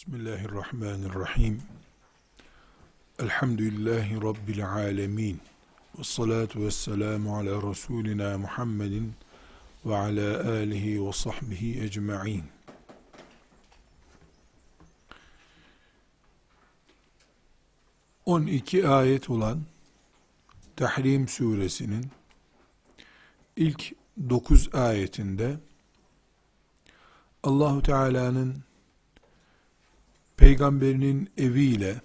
Bismillahirrahmanirrahim. Elhamdülillahi Rabbil alemin. Vessalatu vesselamu ala Resulina Muhammedin ve ala alihi ve sahbihi ecma'in. On iki ayet olan Tahrim suresinin ilk 9 ayetinde Allahu Teala'nın peygamberinin eviyle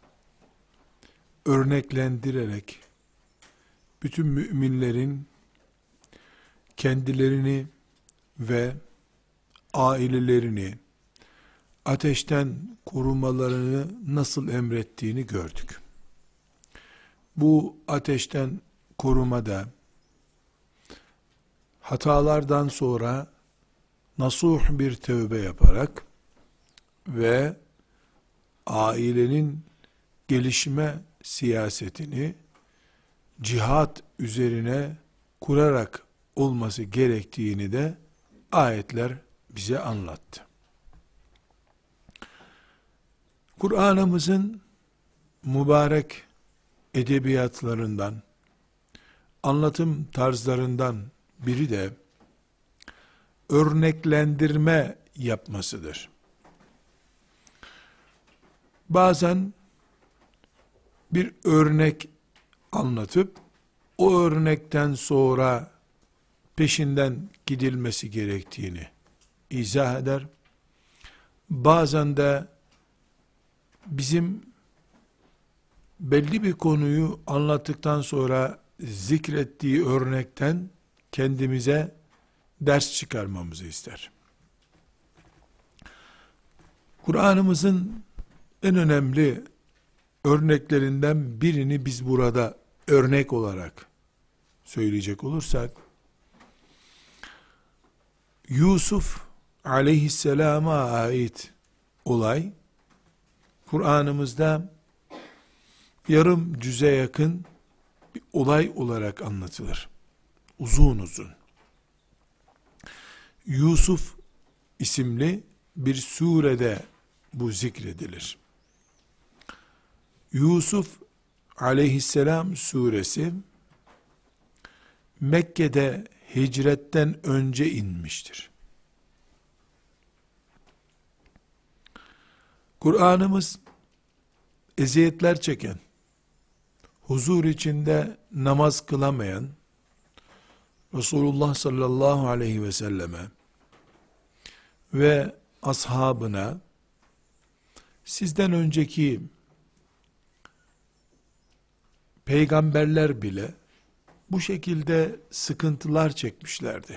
örneklendirerek bütün müminlerin kendilerini ve ailelerini ateşten korumalarını nasıl emrettiğini gördük. Bu ateşten korumada hatalardan sonra nasuh bir tövbe yaparak ve ailenin gelişme siyasetini cihat üzerine kurarak olması gerektiğini de ayetler bize anlattı. Kur'an'ımızın mübarek edebiyatlarından, anlatım tarzlarından biri de örneklendirme yapmasıdır. Bazen bir örnek anlatıp o örnekten sonra peşinden gidilmesi gerektiğini izah eder. Bazen de bizim belli bir konuyu anlattıktan sonra zikrettiği örnekten kendimize ders çıkarmamızı ister. Kur'an'ımızın en önemli örneklerinden birini biz burada örnek olarak söyleyecek olursak, Yusuf aleyhisselama ait olay, Kur'an'ımızda yarım cüze yakın bir olay olarak anlatılır. Uzun uzun. Yusuf isimli bir surede bu zikredilir. Yusuf aleyhisselam suresi Mekke'de hicretten önce inmiştir. Kur'an'ımız eziyetler çeken, huzur içinde namaz kılamayan Resulullah sallallahu aleyhi ve selleme ve ashabına sizden önceki peygamberler bile bu şekilde sıkıntılar çekmişlerdi.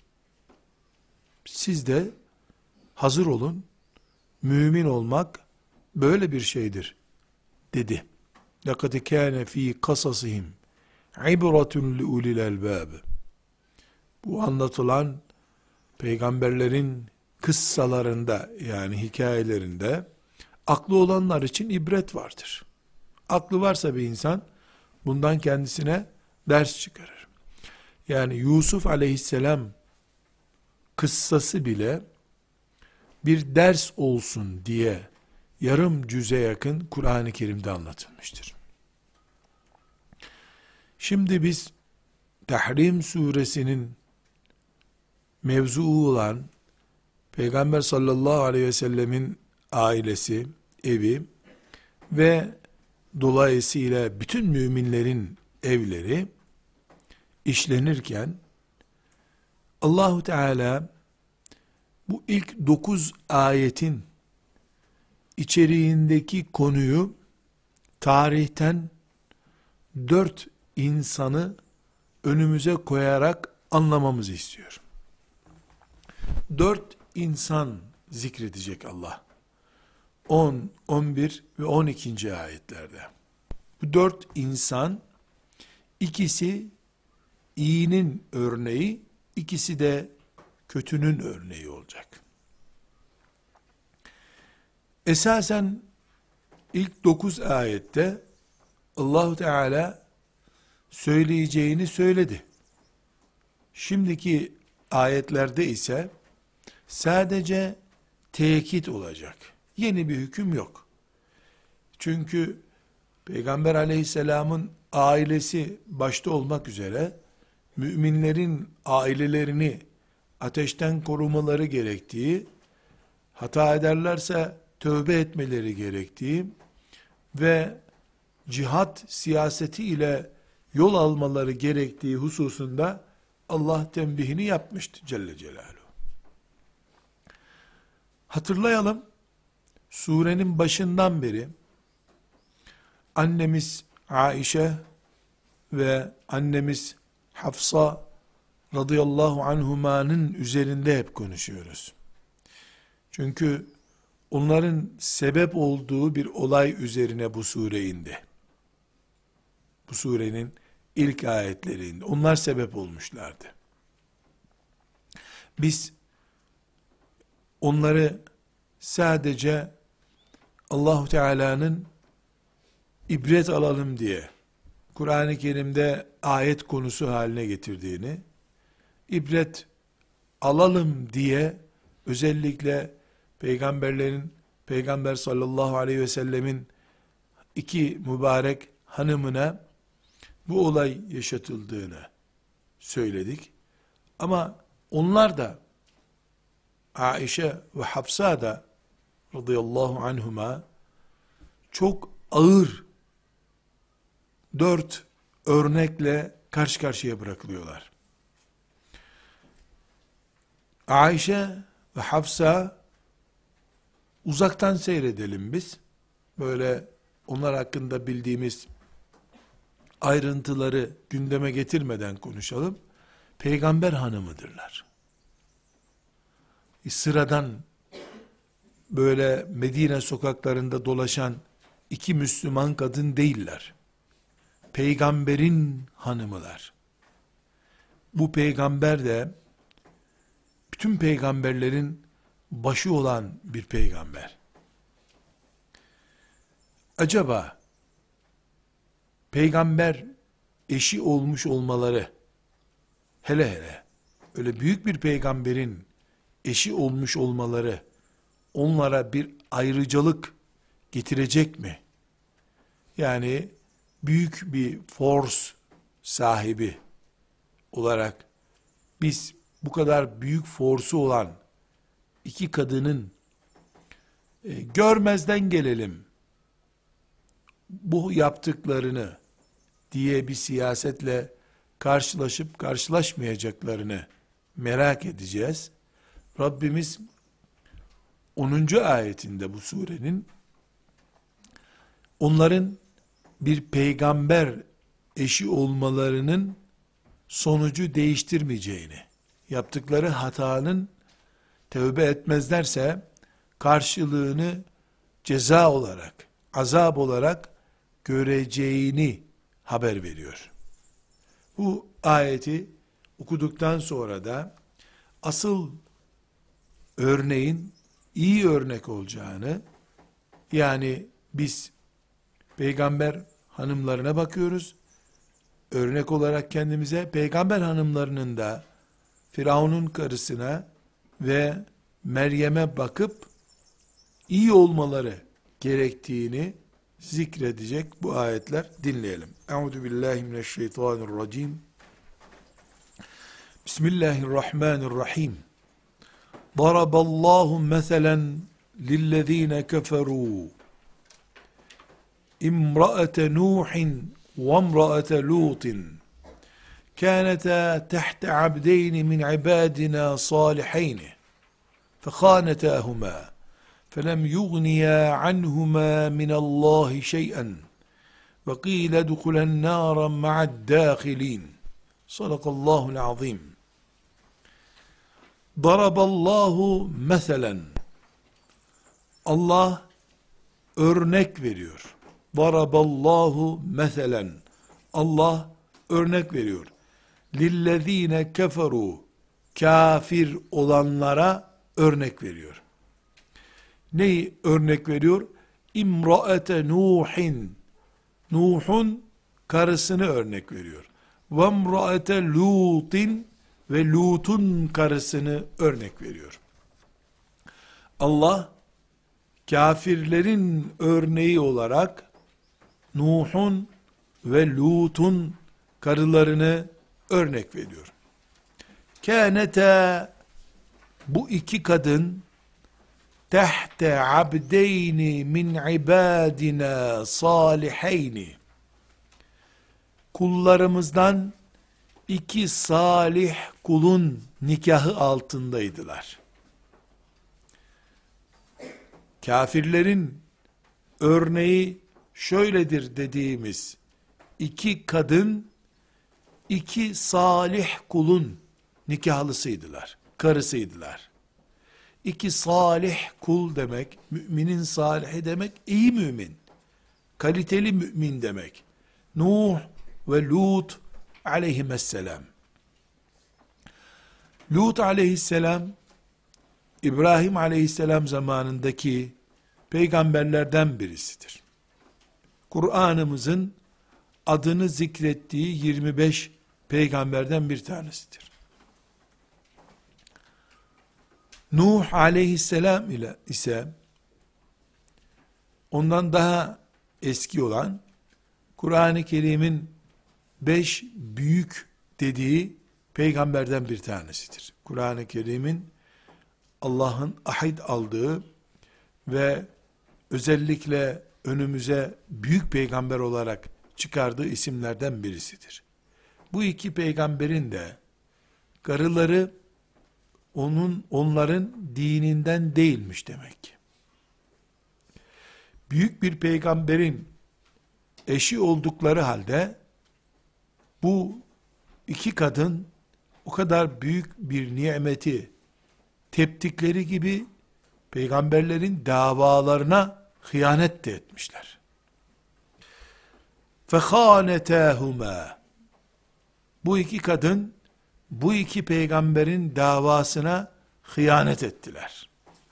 Siz de hazır olun, mümin olmak böyle bir şeydir dedi. لَقَدْ كَانَ ف۪ي قَصَصِهِمْ عِبْرَةٌ لِعُلِي الْأَلْبَابِ. Bu anlatılan peygamberlerin kıssalarında, yani hikayelerinde aklı olanlar için ibret vardır. Aklı varsa bir insan bundan kendisine ders çıkarır. Yani Yusuf aleyhisselam kıssası bile bir ders olsun diye yarım cüze yakın Kur'an-ı Kerim'de anlatılmıştır. Şimdi biz Tahrim suresinin mevzuu olan Peygamber sallallahu aleyhi ve sellemin ailesi, evi ve dolayısıyla bütün müminlerin evleri işlenirken Allahu Teala bu ilk 9 ayetin içeriğindeki konuyu tarihten 4 insanı önümüze koyarak anlamamızı istiyor. 4 insan zikredecek Allah. 10, 11 ve 12. ayetlerde. Bu 4 insan, ikisi iyinin örneği, ikisi de kötünün örneği olacak. Esasen ilk 9 ayette Allah-u Teala söyleyeceğini söyledi. Şimdiki ayetlerde ise sadece tekit olacak. Yeni bir hüküm yok. Çünkü Peygamber aleyhisselamın ailesi başta olmak üzere müminlerin ailelerini ateşten korumaları gerektiği, hata ederlerse tövbe etmeleri gerektiği ve cihat siyaseti ile yol almaları gerektiği hususunda Allah tembihini yapmıştı Celle Celaluhu. Hatırlayalım, surenin başından beri annemiz Aişe ve annemiz Hafsa radıyallahu anhumanın üzerinde hep konuşuyoruz. Çünkü onların sebep olduğu bir olay üzerine bu sure indi. Bu surenin ilk ayetlerinde. Onlar sebep olmuşlardı. Biz onları sadece Allahu Teala'nın ibret alalım diye Kur'an-ı Kerim'de ayet konusu haline getirdiğini, ibret alalım diye özellikle Peygamber sallallahu aleyhi ve sellemin iki mübarek hanımına bu olay yaşatıldığını söyledik. Ama onlar da, Aişe ve Hafsa da radıyallahu anhuma, çok ağır 4 örnekle karşı karşıya bırakılıyorlar. Aişe ve Hafsa uzaktan seyredelim biz. Böyle onlar hakkında bildiğimiz ayrıntıları gündeme getirmeden konuşalım. Peygamber hanımıdırlar. Sıradan böyle Medine sokaklarında dolaşan iki Müslüman kadın değiller. Peygamberin hanımılar. Bu peygamber de bütün peygamberlerin başı olan bir peygamber. Acaba peygamber eşi olmuş olmaları, hele hele öyle büyük bir peygamberin eşi olmuş olmaları onlara bir ayrıcalık getirecek mi? Yani büyük bir force sahibi olarak biz bu kadar büyük force'u olan iki kadının görmezden gelelim bu yaptıklarını diye bir siyasetle karşılaşıp karşılaşmayacaklarını merak edeceğiz. Rabbimiz 10. ayetinde bu surenin onların bir peygamber eşi olmalarının sonucu değiştirmeyeceğini, yaptıkları hatanın tövbe etmezlerse karşılığını ceza olarak, azap olarak göreceğini haber veriyor. Bu ayeti okuduktan sonra da asıl örneğin iyi örnek olacağını, yani biz peygamber hanımlarına bakıyoruz, örnek olarak kendimize peygamber hanımlarının da Firavun'un karısına ve Meryem'e bakıp iyi olmaları gerektiğini zikredecek bu ayetler. Dinleyelim. Euzubillahimineşşeytanirracim. Bismillahirrahmanirrahim. Daraballahu meselen lillezine keferu imra'ate Nuhin ve imra'ate Lutin كانتا تحت عبدين من عبادنا صالحين فخانتاهما فلم يغنيا عنهما من الله شيئا وقيل ادخلا النار مع الداخلين صدق الله العظيم. ضرب الله مثلا, Allah örnek veriyor. Daraballahu meselen, Allah örnek veriyor. Lillezine keferu, kafir olanlara örnek veriyor. Neyi örnek veriyor? İmraate Nuhin, Nuh'un karısını örnek veriyor. Ve imraate Lutin, ve Lut'un karısını örnek veriyor. Allah kafirlerin örneği olarak Nuh'un ve Lut'un karılarını örnek veriyor. Kânete, bu iki kadın, tehte abdeyni min ibadina saliheyni, kullarımızdan iki salih kulun nikahı altındaydılar. Kafirlerin örneği şöyledir dediğimiz iki kadın, iki salih kulun nikahlısıydılar, karısıydılar. İki salih kul demek, müminin salihi demek, iyi mümin, kaliteli mümin demek. Nuh ve Lut aleyhisselam. Lut aleyhisselam, İbrahim aleyhisselam zamanındaki peygamberlerden birisidir. Kur'an'ımızın adını zikrettiği 25 peygamberden bir tanesidir. Nuh aleyhisselam ile ise ondan daha eski olan, Kur'an-ı Kerim'in 5 büyük dediği peygamberden bir tanesidir. Kur'an-ı Kerim'in Allah'ın ahit aldığı ve özellikle önümüze büyük peygamber olarak çıkardığı isimlerden birisidir. Bu iki peygamberin de karıları onların dininden değilmiş demek ki. Büyük bir peygamberin eşi oldukları halde bu iki kadın o kadar büyük bir nimeti teptikleri gibi peygamberlerin davalarına hıyanet de etmişler. فَخَانَتَاهُمَا, bu iki kadın bu iki peygamberin davasına hıyanet ettiler.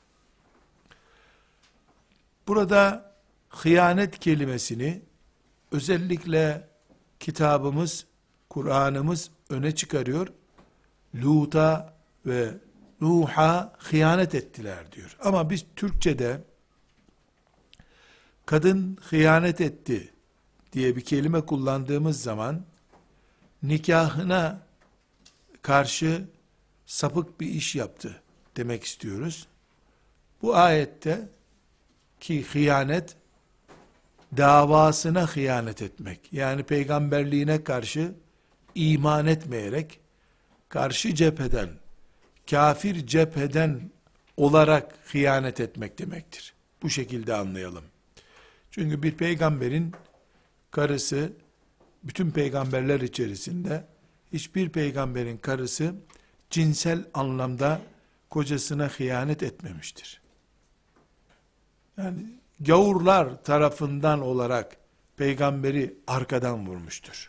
Burada hıyanet kelimesini özellikle kitabımız, Kur'an'ımız öne çıkarıyor. Lut'a ve Nuh'a hıyanet ettiler diyor. Ama biz Türkçe'de kadın hıyanet etti diye bir kelime kullandığımız zaman nikahına karşı sapık bir iş yaptı demek istiyoruz. Bu ayette ki hıyanet, davasına hıyanet etmek. Yani peygamberliğine karşı iman etmeyerek, karşı cepheden, kafir cepheden olarak hıyanet etmek demektir. Bu şekilde anlayalım. Çünkü bir peygamberin karısı, bütün peygamberler içerisinde, hiçbir peygamberin karısı, cinsel anlamda kocasına hıyanet etmemiştir. Yani, gavurlar tarafından olarak, peygamberi arkadan vurmuştur.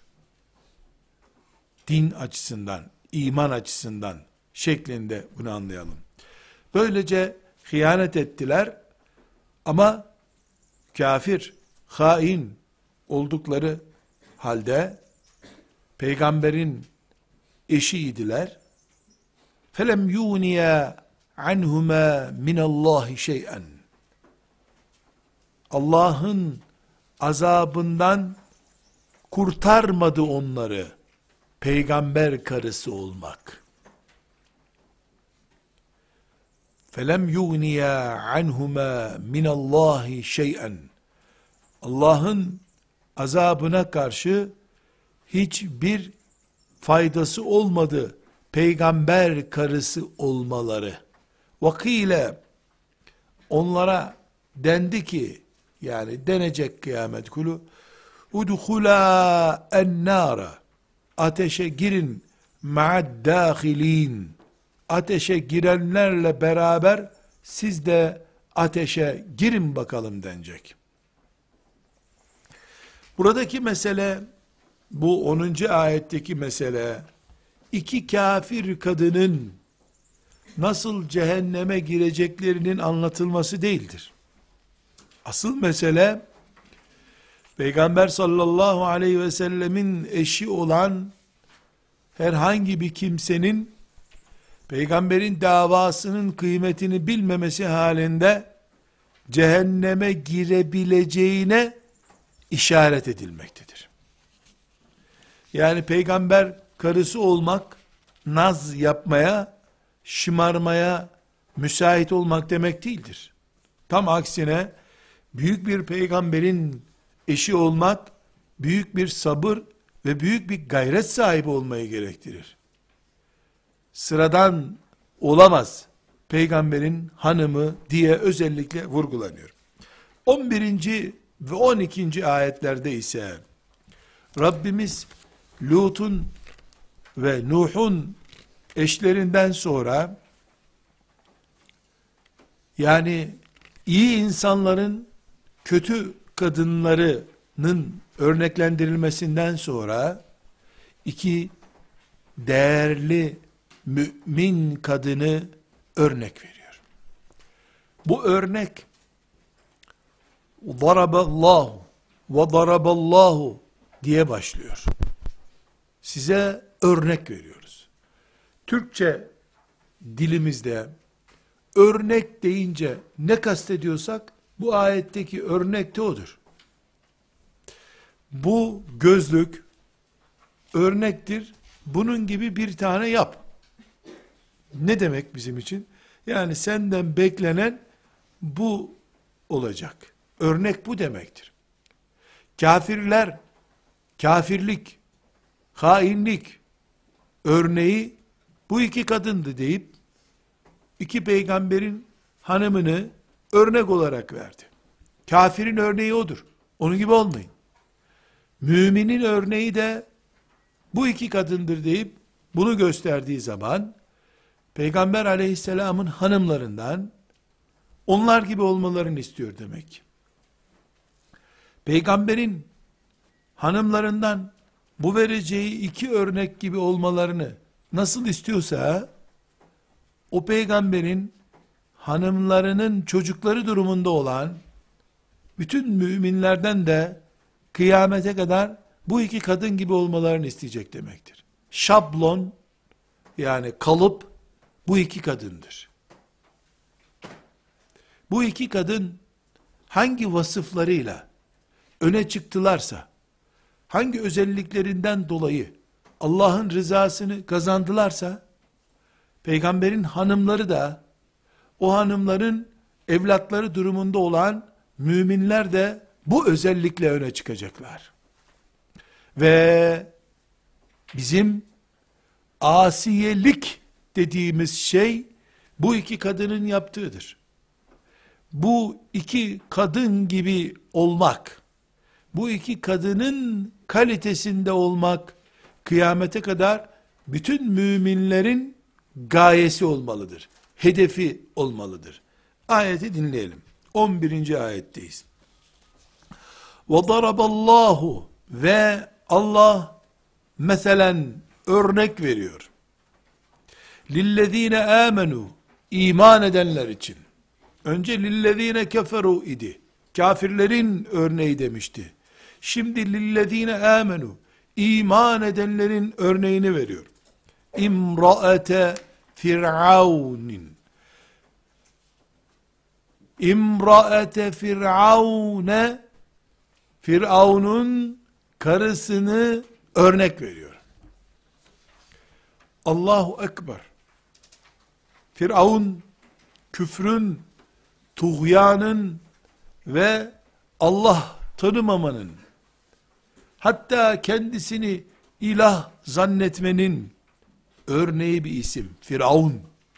Din açısından, iman açısından, şeklinde bunu anlayalım. Böylece hıyanet ettiler, ama kafir, hain oldukları halde, peygamberin eşiydiler. فَلَمْ يُغْنِيَا عَنْهُمَا مِنَ اللّٰهِ شَيْئًا, Allah'ın azabından kurtarmadı onları peygamber karısı olmak. فَلَمْ يُغْنِيَا عَنْهُمَا مِنَ اللّٰهِ شَيْئًا, Allah'ın azabına karşı hiçbir faydası olmadı peygamber karısı olmaları. Vakile, onlara dendi ki, yani denecek kıyamet günü, udhula ennara, ateşe girin, ma'ad dâhilîn, ateşe girenlerle beraber siz de ateşe girin bakalım denecek. Buradaki mesele, bu 10. ayetteki mesele, iki kafir kadının nasıl cehenneme gireceklerinin anlatılması değildir. Asıl mesele, Peygamber sallallahu aleyhi ve sellemin eşi olan herhangi bir kimsenin, peygamberin davasının kıymetini bilmemesi halinde, cehenneme girebileceğine işaret edilmektedir. Yani peygamber karısı olmak, naz yapmaya, şımarmaya müsait olmak demek değildir. Tam aksine, büyük bir peygamberin eşi olmak, büyük bir sabır ve büyük bir gayret sahibi olmayı gerektirir. Sıradan olamaz peygamberin hanımı diye özellikle vurgulanıyor. 11. ve 12. ayetlerde ise Rabbimiz Lut'un ve Nuh'un eşlerinden sonra, yani iyi insanların kötü kadınlarının örneklendirilmesinden sonra iki değerli mümin kadını örnek veriyor. Bu örnek daraballahu ve daraballahu diye başlıyor. Size örnek veriyoruz. Türkçe dilimizde örnek deyince ne kastediyorsak bu ayetteki örnek de odur. Bu gözlük örnektir. Bunun gibi bir tane yap. Ne demek bizim için? Yani senden beklenen bu olacak. Örnek bu demektir. Kafirler, kafirlik, hainlik örneği bu iki kadındı deyip iki peygamberin hanımını örnek olarak verdi. Kafirin örneği odur. Onun gibi olmayın. Müminin örneği de bu iki kadındır deyip bunu gösterdiği zaman Peygamber aleyhisselamın hanımlarından onlar gibi olmalarını istiyor demek. Peygamberin hanımlarından bu vereceği iki örnek gibi olmalarını nasıl istiyorsa, o peygamberin hanımlarının çocukları durumunda olan bütün müminlerden de kıyamete kadar bu iki kadın gibi olmalarını isteyecek demektir. Şablon, yani kalıp bu iki kadındır. Bu iki kadın hangi vasıflarıyla öne çıktılarsa, hangi özelliklerinden dolayı Allah'ın rızasını kazandılarsa, peygamberin hanımları da, o hanımların evlatları durumunda olan müminler de bu özellikle öne çıkacaklar. Ve bizim asiyelik dediğimiz şey, bu iki kadının yaptığıdır. Bu iki kadın gibi olmak, bu iki kadının kalitesinde olmak, kıyamete kadar bütün müminlerin gayesi olmalıdır. Hedefi olmalıdır. Ayeti dinleyelim. 11. ayetteyiz. وَضَرَبَ اللّٰهُ Ve Allah meselen örnek veriyor. لِلَّذ۪ينَ آمَنُوا İman edenler için. Önce لِلَّذ۪ينَ كَفَرُوا idi. Kafirlerin örneği demişti. Şimdi لِلَّذ۪ينَ آمَنُوا İman edenlerin örneğini veriyor. İmra'ate Firavun'in. İmra'ate Firavun'e, Firavun'un karısını örnek veriyor. Allahu Ekber. Firavun, küfrün, tuğyanın ve Allah tanımamanın, hatta kendisini ilah zannetmenin örneği bir isim. Firavun.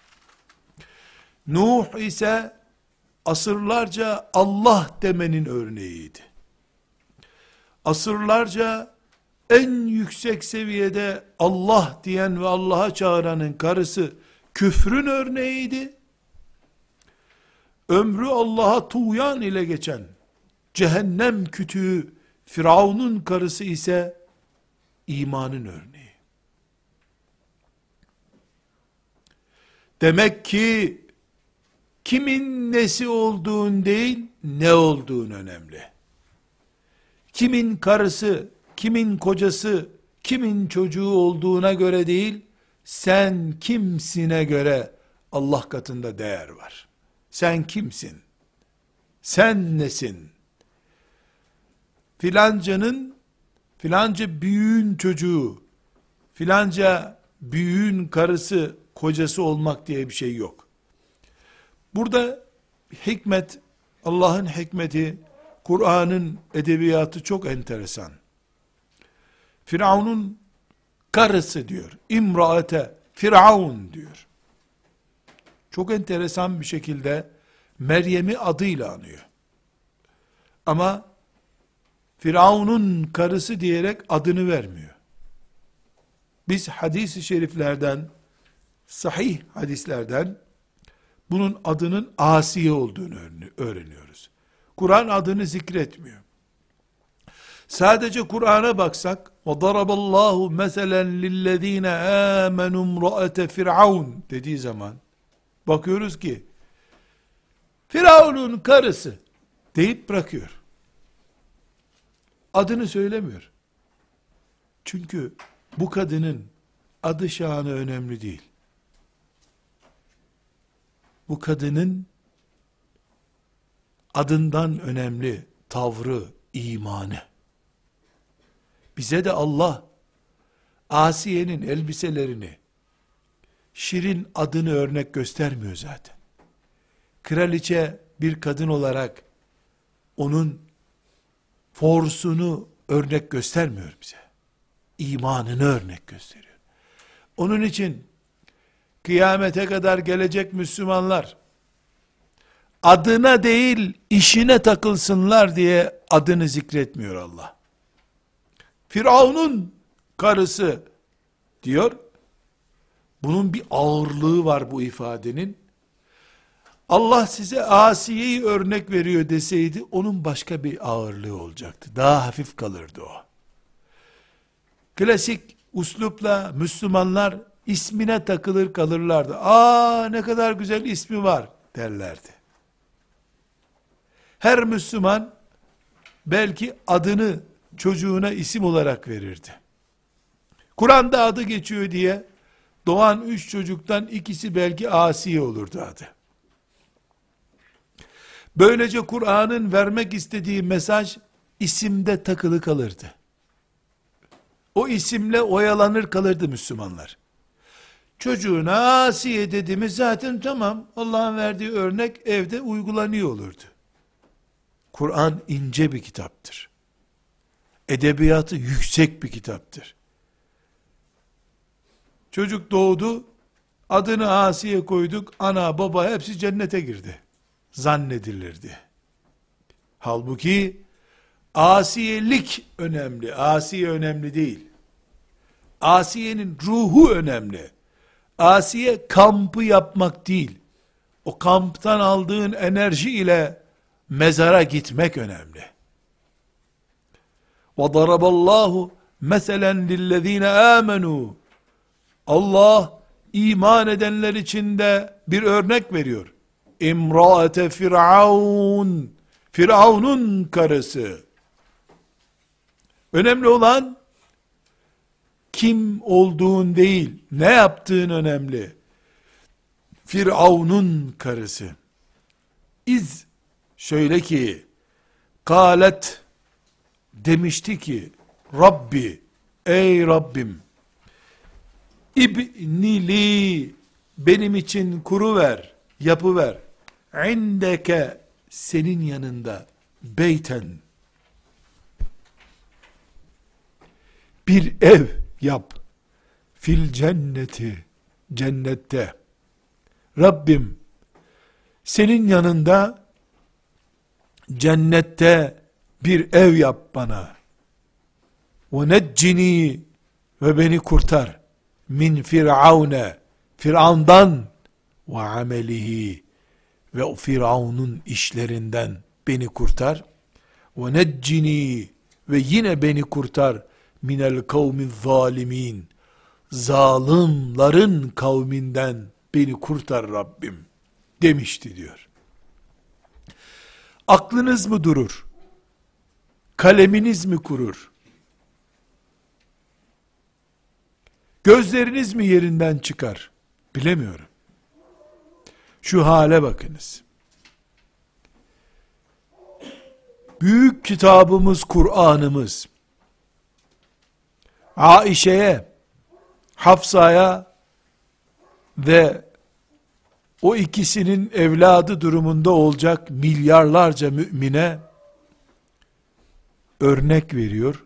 Nuh ise asırlarca Allah demenin örneğiydi. Asırlarca en yüksek seviyede Allah diyen ve Allah'a çağıranın karısı küfrün örneğiydi. Ömrü Allah'a tuğyan ile geçen cehennem kütüğü Firavun'un karısı ise imanın örneği. Demek ki kimin nesi olduğun değil, ne olduğun önemli. Kimin karısı, kimin kocası, kimin çocuğu olduğuna göre değil, sen kimsine göre Allah katında değer var. Sen kimsin? Sen nesin? Filanca büyüğün çocuğu, filanca büyüğün karısı, kocası olmak diye bir şey yok. Burada hikmet, Allah'ın hikmeti, Kur'an'ın edebiyatı çok enteresan. Firavun'un karısı diyor. İmraate Firavun diyor. Çok enteresan bir şekilde Meryem'i adıyla anıyor. Ama Firavun'un karısı diyerek adını vermiyor. Biz hadis-i şeriflerden, sahih hadislerden bunun adının Asiye olduğunu öğreniyoruz. Kur'an adını zikretmiyor. Sadece Kur'an'a baksak, وَضَرَبَ اللّٰهُ مَثَلًا لِلَّذ۪ينَ آمَنُوا امْرَأَةَ فِرْعَوْنَ dediği zaman, bakıyoruz ki, Firavun'un karısı deyip bırakıyor. Adını söylemiyor. Çünkü bu kadının adı şanı önemli değil. Bu kadının adından önemli tavrı, imanı. Bize de Allah Asiye'nin elbiselerini, Şirin adını örnek göstermiyor zaten. Kraliçe bir kadın olarak onun forsunu örnek göstermiyor bize. İmanını örnek gösteriyor. Onun için kıyamete kadar gelecek Müslümanlar adına değil işine takılsınlar diye adını zikretmiyor Allah. Firavun'un karısı diyor. Bunun bir ağırlığı var bu ifadenin. Allah size Asiye'yi örnek veriyor deseydi onun başka bir ağırlığı olacaktı. Daha hafif kalırdı o. Klasik uslupla Müslümanlar ismine takılır kalırlardı. Ne kadar güzel ismi var derlerdi. Her Müslüman belki adını çocuğuna isim olarak verirdi. Kur'an'da adı geçiyor diye doğan 3 çocuktan ikisi belki Asiye olurdu adı. Böylece Kur'an'ın vermek istediği mesaj isimde takılı kalırdı. O isimle oyalanır kalırdı Müslümanlar. Çocuğuna Asiye dediğimiz zaten tamam, Allah'ın verdiği örnek evde uygulanıyor olurdu. Kur'an ince bir kitaptır. Edebiyatı yüksek bir kitaptır. Çocuk doğdu, adını Asiye koyduk, ana baba hepsi cennete girdi zannedilirdi. Halbuki Asiyelik önemli, Asiye önemli değil. Asiye'nin ruhu önemli. Asiye kampı yapmak değil, o kamptan aldığın enerji ile mezara gitmek önemli. وَضَرَبَ اللّٰهُ مَثَلًا لِلَّذ۪ينَ آمَنُوا Allah iman edenler için de bir örnek veriyor. İmraate Firavun, Firavun'un karısı. Önemli olan kim olduğun değil, ne yaptığın önemli. Firavun'un karısı. Şöyle ki, kâlet demişti ki, Rabbi, ey Rabbim, İbnili, benim için kuru ver, yapı ver. İndeke, senin yanında, beyten, bir ev yap. Fil cenneti, cennette. Rabbim, senin yanında, cennette bir ev yap bana. Ve neccini, ve beni kurtar. Min Firavune, Firavundan, ve amelihi, ve o Firavun'un işlerinden beni kurtar. Ve neccini, ve yine beni kurtar. Minel kavmi zalimin, zalimlerin kavminden beni kurtar Rabbim demişti diyor. Aklınız mı durur? Kaleminiz mi kurur? Gözleriniz mi yerinden çıkar? Bilemiyorum. Şu hale bakınız. büyük kitabımız Kur'an'ımız, Aişe'ye, Hafsa'ya ve o ikisinin evladı durumunda olacak milyarlarca mümine örnek veriyor.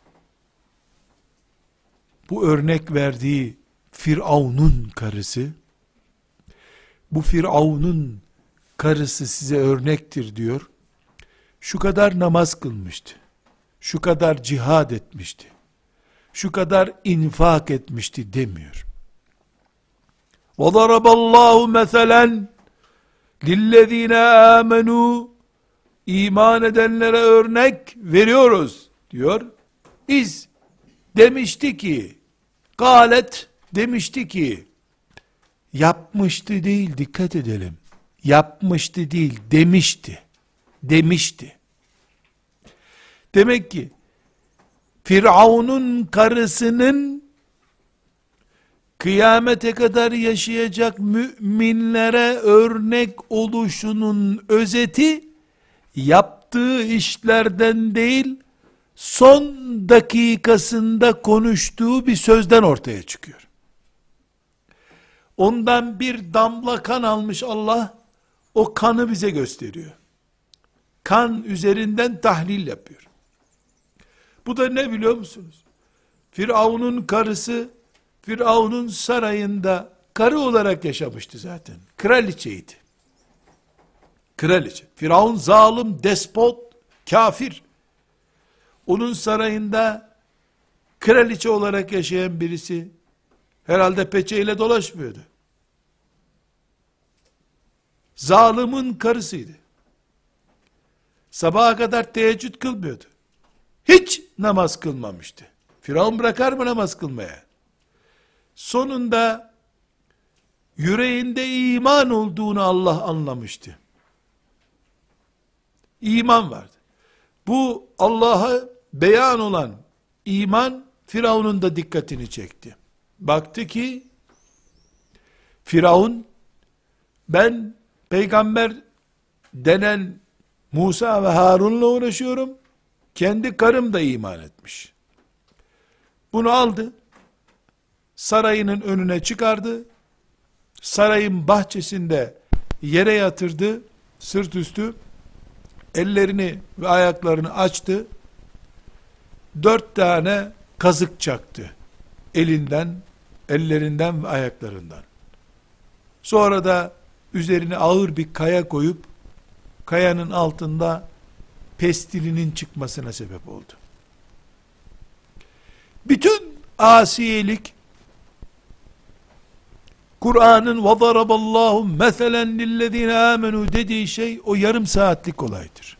Bu örnek verdiği Firavun'un karısı, bu Firavun'un karısı size örnektir diyor. Şu kadar namaz kılmıştı, şu kadar cihad etmişti, şu kadar infak etmişti demiyor. وَضَرَبَ اللّٰهُ مَثَلًا لِلَّذ۪ينَ آمَنُوا İman edenlere örnek veriyoruz diyor. İz demişti ki, galet demişti ki, yapmıştı değil, dikkat edelim. Yapmıştı değil, demişti. Demişti. Demek ki Firavun'un karısının kıyamete kadar yaşayacak müminlere örnek oluşunun özeti, yaptığı işlerden değil, son dakikasında konuştuğu bir sözden ortaya çıkıyor. Ondan bir damla kan almış Allah, o kanı bize gösteriyor. Kan üzerinden tahlil yapıyor. Bu da ne biliyor musunuz? Firavun'un karısı, Firavun'un sarayında karı olarak yaşamıştı zaten. Kraliçeydi. Kraliçe. Firavun zalim, despot, kafir. Onun sarayında kraliçe olarak yaşayan birisi herhalde peçeyle dolaşmıyordu. Zalimin karısıydı. Sabaha kadar teheccüd kılmıyordu. Hiç namaz kılmamıştı. Firavun bırakar mı namaz kılmaya? Sonunda yüreğinde iman olduğunu Allah anlamıştı. İman vardı. Bu Allah'a beyan olan iman Firavun'un da dikkatini çekti. Baktı ki Firavun, ben peygamber denen Musa ve Harun'la uğraşıyorum, kendi karım da iman etmiş. Bunu aldı, sarayının önüne çıkardı, sarayın bahçesinde yere yatırdı, sırt üstü, ellerini ve ayaklarını açtı, 4 tane kazık çaktı, elinden, ellerinden ve ayaklarından. Sonra da üzerine ağır bir kaya koyup, kayanın altında pestilinin çıkmasına sebep oldu. Bütün asiyelik, Kur'an'ın وَضَرَبَ اللّٰهُ مَثَلًا لِلَّذ۪ينَ آمَنُوا dediği şey, o yarım saatlik olaydır.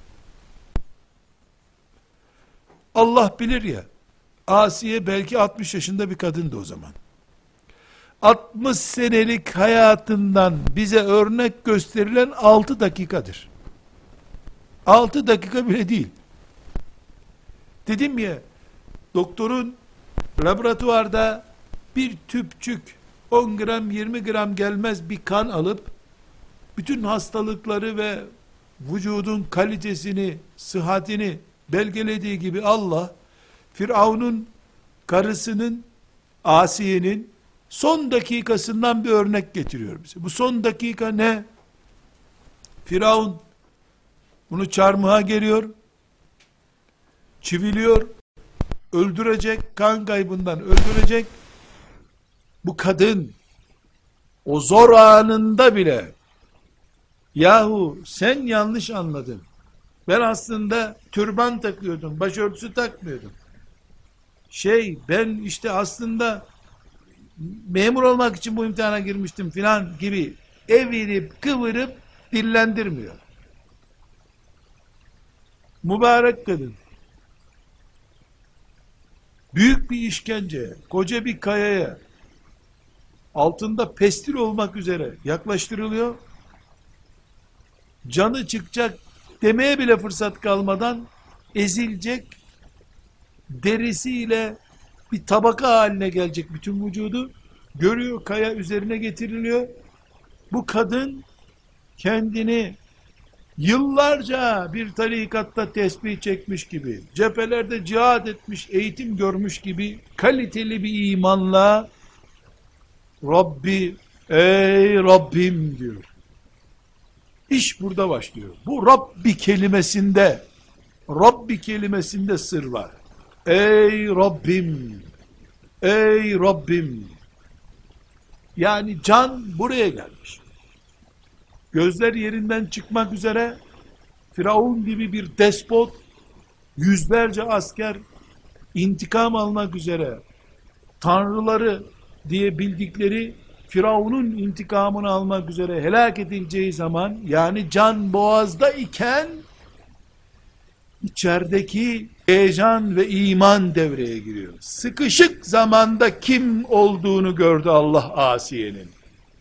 Allah bilir ya, Asiye belki 60 yaşında bir kadındı o zaman. 60 senelik hayatından bize örnek gösterilen 6 dakikadır. 6 dakika bile değil. Dedim ya, doktorun laboratuvarda bir tüpçük 10 gram 20 gram gelmez bir kan alıp bütün hastalıkları ve vücudun kalitesini, sıhhatini belgelediği gibi Allah Firavun'un karısının, Asiye'nin son dakikasından bir örnek getiriyor bize. Bu son dakika ne? Firavun bunu çarmıha geriyor, çiviliyor, öldürecek, kan kaybından öldürecek. Bu kadın o zor anında bile, yahu sen yanlış anladın, ben aslında türban takıyordum, başörtüsü takmıyordum, ben işte aslında memur olmak için bu imtihana girmiştim filan gibi evirip kıvırıp dillendirmiyor. Mübarek kadın büyük bir işkenceye, koca bir kayaya, altında pestil olmak üzere yaklaştırılıyor. Canı çıkacak demeye bile fırsat kalmadan ezilecek, derisiyle bir tabaka haline gelecek bütün vücudu. Görüyor, kaya üzerine getiriliyor. Bu kadın kendini yıllarca bir tarikatta tesbih çekmiş gibi, cephelerde cihad etmiş, eğitim görmüş gibi kaliteli bir imanla Rabbi, ey Rabbim diyor. İş burada başlıyor. Bu Rabbi kelimesinde sır var. Ey Rabbim, ey Rabbim. Yani can buraya gelmiş. Gözler yerinden çıkmak üzere, Firavun gibi bir despot, yüzlerce asker intikam almak üzere, tanrıları diye bildikleri Firavun'un intikamını almak üzere helak edileceği zaman, yani can boğazda iken, içerideki heyecan ve iman devreye giriyor. Sıkışık zamanda kim olduğunu gördü Allah Asiye'nin.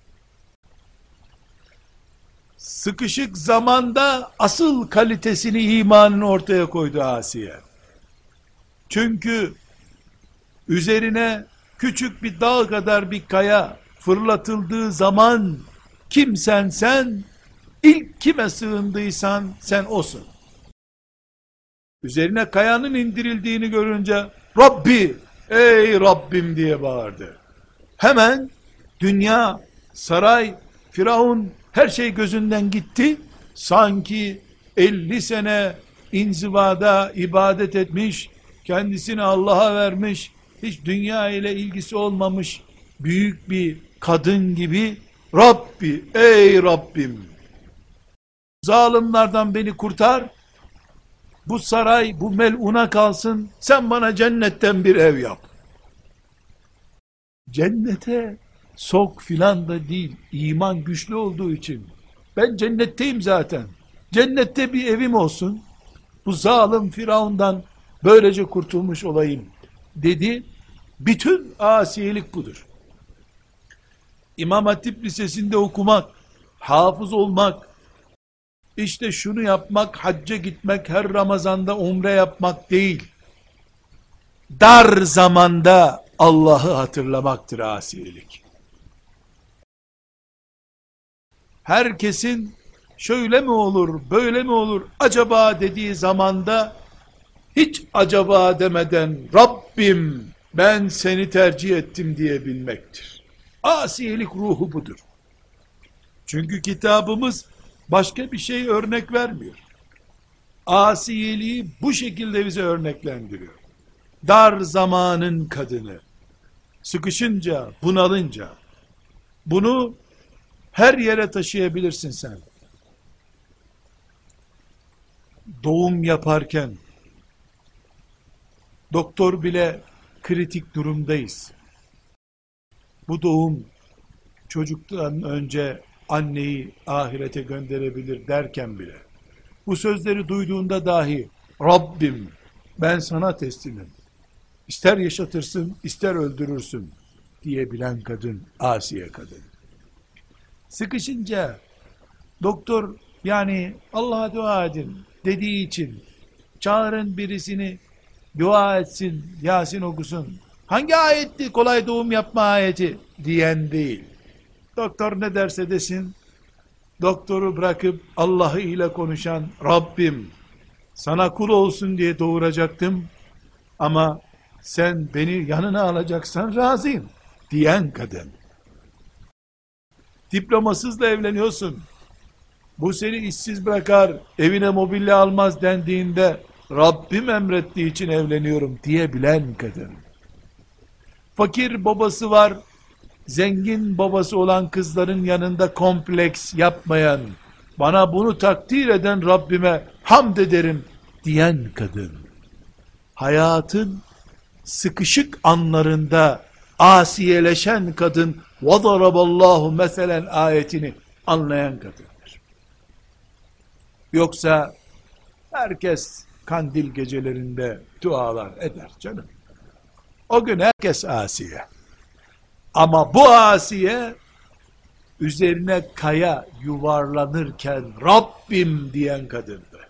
Sıkışık zamanda asıl kalitesini, imanını ortaya koydu Asiye. Çünkü üzerine küçük bir dağ kadar bir kaya fırlatıldığı zaman, kimsen sen, ilk kime sığındıysan sen osun. Üzerine kayanın indirildiğini görünce Rabbi, ey Rabbim diye bağırdı. Hemen dünya, saray, Firavun, her şey gözünden gitti. Sanki 50 sene inzivada ibadet etmiş, kendisini Allah'a vermiş, hiç dünya ile ilgisi olmamış büyük bir kadın gibi, Rabbi, ey Rabbim, zalimlerden beni kurtar, bu saray, bu meluna kalsın, sen bana cennetten bir ev yap. Cennete sok filan da değil, iman güçlü olduğu için, ben cennetteyim zaten, cennette bir evim olsun, bu zalim Firavundan böylece kurtulmuş olayım dedi. Bütün asiyelik budur. İmam Hatip Lisesi'nde okumak, hafız olmak, işte şunu yapmak, hacca gitmek, her Ramazan'da umre yapmak değil, dar zamanda Allah'ı hatırlamaktır asiyelik. Herkesin şöyle mi olur, böyle mi olur, acaba dediği zamanda, hiç acaba demeden, Rabbim ben seni tercih ettim diyebilmektir. Asiyelik ruhu budur. Çünkü kitabımız başka bir şey örnek vermiyor. Asiyeliği bu şekilde bize örneklendiriyor. Dar zamanın kadını, sıkışınca, bunalınca, bunu her yere taşıyabilirsin sen. Doğum yaparken, doktor bile kritik durumdayız. Bu doğum çocuktan önce anneyi ahirete gönderebilir derken bile, bu sözleri duyduğunda dahi, Rabbim ben sana teslimim, İster yaşatırsın, ister öldürürsün diyebilen kadın, Asiye kadın. Sıkışınca doktor, yani Allah'a dua edin dediği için, çağırın birisini dua etsin, Yasin okusun, hangi ayetti, kolay doğum yapma ayeti diyen değil. Doktor ne derse desin, doktoru bırakıp Allah'ı ile konuşan, Rabbim sana kul olsun diye doğuracaktım ama sen beni yanına alacaksan razıyım diyen kadın. Diplomasız da evleniyorsun, bu seni işsiz bırakar, evine mobilya almaz dendiğinde, Rabbim emrettiği için evleniyorum diyebilen kadın. Fakir babası var, zengin babası olan kızların yanında kompleks yapmayan, bana bunu takdir eden Rabbime hamd ederim diyen kadın. Hayatın sıkışık anlarında asiyeleşen kadın, وَضَرَبَ اللّٰهُ meselen ayetini anlayan kadındır. Yoksa herkes kandil gecelerinde dualar eder canım. O gün herkes asiye. Ama bu asiye, üzerine kaya yuvarlanırken Rabbim diyen kadındı.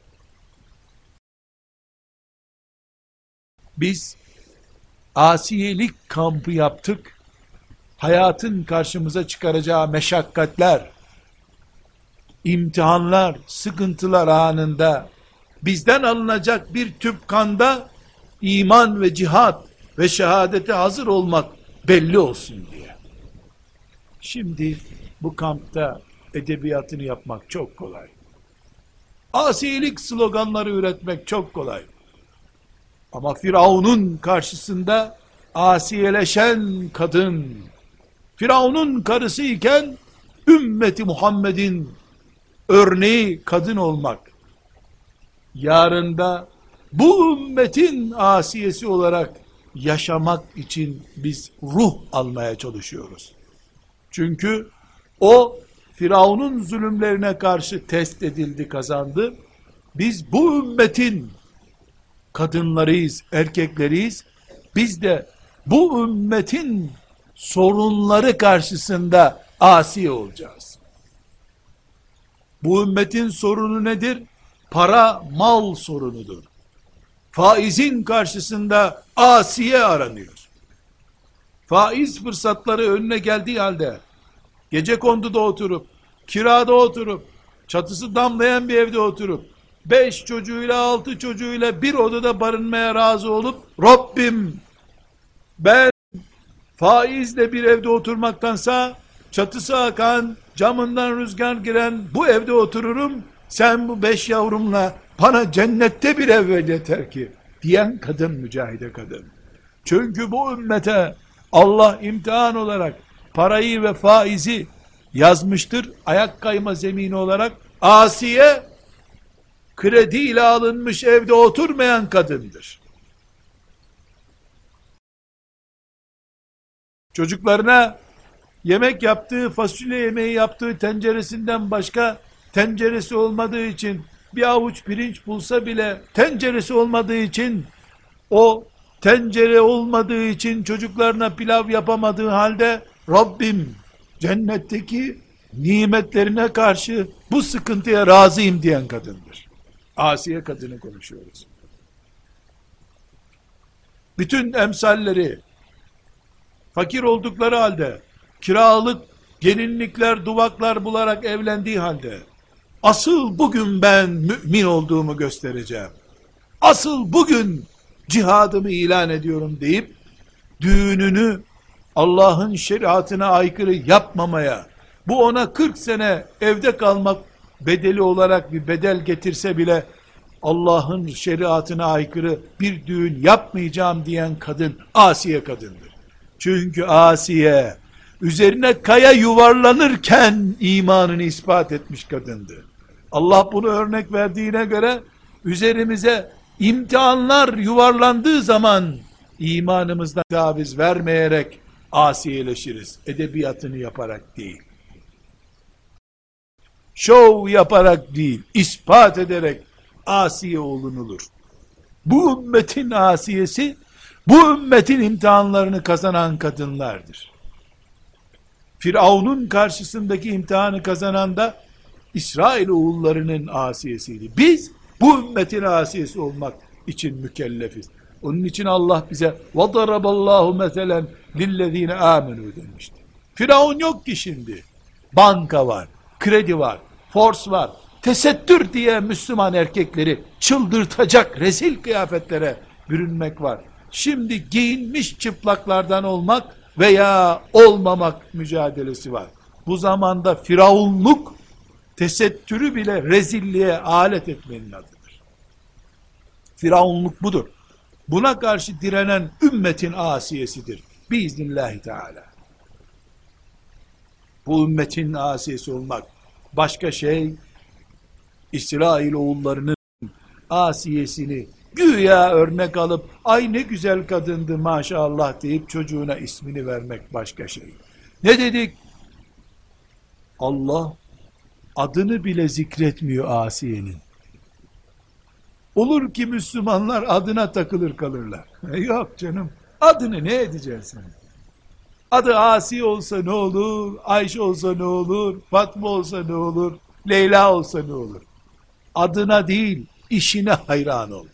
Biz asiyelik kampı yaptık. Hayatın karşımıza çıkaracağı meşakkatler, imtihanlar, sıkıntılar anında bizden alınacak bir tüp kanda iman ve cihat ve şehadete hazır olmak belli olsun diye. Şimdi bu kampta edebiyatını yapmak çok kolay. Asilik sloganları üretmek çok kolay. Ama Firavun'un karşısında asiyeleşen kadın, Firavun'un karısı iken ümmeti Muhammed'in örneği kadın olmak, yarında bu ümmetin asiyesi olarak yaşamak için biz ruh almaya çalışıyoruz. Çünkü o Firavun'un zulümlerine karşı test edildi, kazandı. Biz bu ümmetin kadınlarıyız, erkekleriyiz. Biz de bu ümmetin sorunları karşısında asi olacağız. Bu ümmetin sorunu nedir? Para, mal sorunudur. Faizin karşısında asiye aranıyor. Faiz fırsatları önüne geldiği halde gecekonduda oturup, kirada oturup, çatısı damlayan bir evde oturup, 5 çocuğuyla 6 çocuğuyla bir odada barınmaya razı olup, Rabbim ben faizle bir evde oturmaktansa çatısı akan, camından rüzgar giren bu evde otururum, sen bu 5 yavrumla bana cennette bir ev ver yeter ki diyen kadın, mücahide kadın. Çünkü bu ümmete Allah imtihan olarak parayı ve faizi yazmıştır, ayak kayma zemini olarak. Asiye krediyle alınmış evde oturmayan kadındır. Çocuklarına yemek yaptığı, fasulye yemeği yaptığı tenceresinden başka tenceresi olmadığı için bir avuç pirinç bulsa bile tenceresi olmadığı için, o tencere olmadığı için çocuklarına pilav yapamadığı halde Rabbim cennetteki nimetlerine karşı bu sıkıntıya razıyım diyen kadındır. Asiye kadını konuşuyoruz. Bütün emsalleri fakir oldukları halde, kiralık gelinlikler, duvaklar bularak evlendiği halde, asıl bugün ben mümin olduğumu göstereceğim, asıl bugün cihadımı ilan ediyorum deyip, düğününü Allah'ın şeriatına aykırı yapmamaya, bu ona 40 sene evde kalmak bedeli olarak bir bedel getirse bile, Allah'ın şeriatına aykırı bir düğün yapmayacağım diyen kadın, Asiye kadındır. Çünkü Asiye, üzerine kaya yuvarlanırken imanını ispat etmiş kadındı. Allah bunu örnek verdiğine göre, üzerimize imtihanlar yuvarlandığı zaman, imanımızdan taviz vermeyerek asiyeleşiriz. Edebiyatını yaparak değil. Şov yaparak değil, ispat ederek asiye olunulur. Bu ümmetin asiyesi, bu ümmetin imtihanlarını kazanan kadınlardır. Firavun'un karşısındaki imtihanı kazanan da İsrail oğullarının asiyesiydi. Biz bu ümmetin asiyesi olmak için mükellefiz. Onun için Allah bize وَضَرَبَ اللّٰهُ مَثَلًا لِلَّذ۪ينَ آمَنُوا demişti. Firavun yok ki şimdi. Banka var, kredi var, fors var. Tesettür diye Müslüman erkekleri çıldırtacak rezil kıyafetlere bürünmek var. Şimdi giyinmiş çıplaklardan olmak veya olmamak mücadelesi var. Bu zamanda firavunluk, tesettürü bile rezilliğe alet etmenin adıdır. Firavunluk budur. Buna karşı direnen ümmetin asiyesidir. Biiznillahü teala. Bu ümmetin asiyesi olmak başka şey, İsrail oğullarının asiyesini güya örnek alıp, ay ne güzel kadındı maşallah deyip çocuğuna ismini vermek başka şey. Ne dedik? Allah adını bile zikretmiyor Asiye'nin. Olur ki Müslümanlar adına takılır kalırlar. Yok canım, adını ne edeceksin? Adı Asiye olsa ne olur, Ayşe olsa ne olur, Fatma olsa ne olur, Leyla olsa ne olur? Adına değil, işine hayran ol.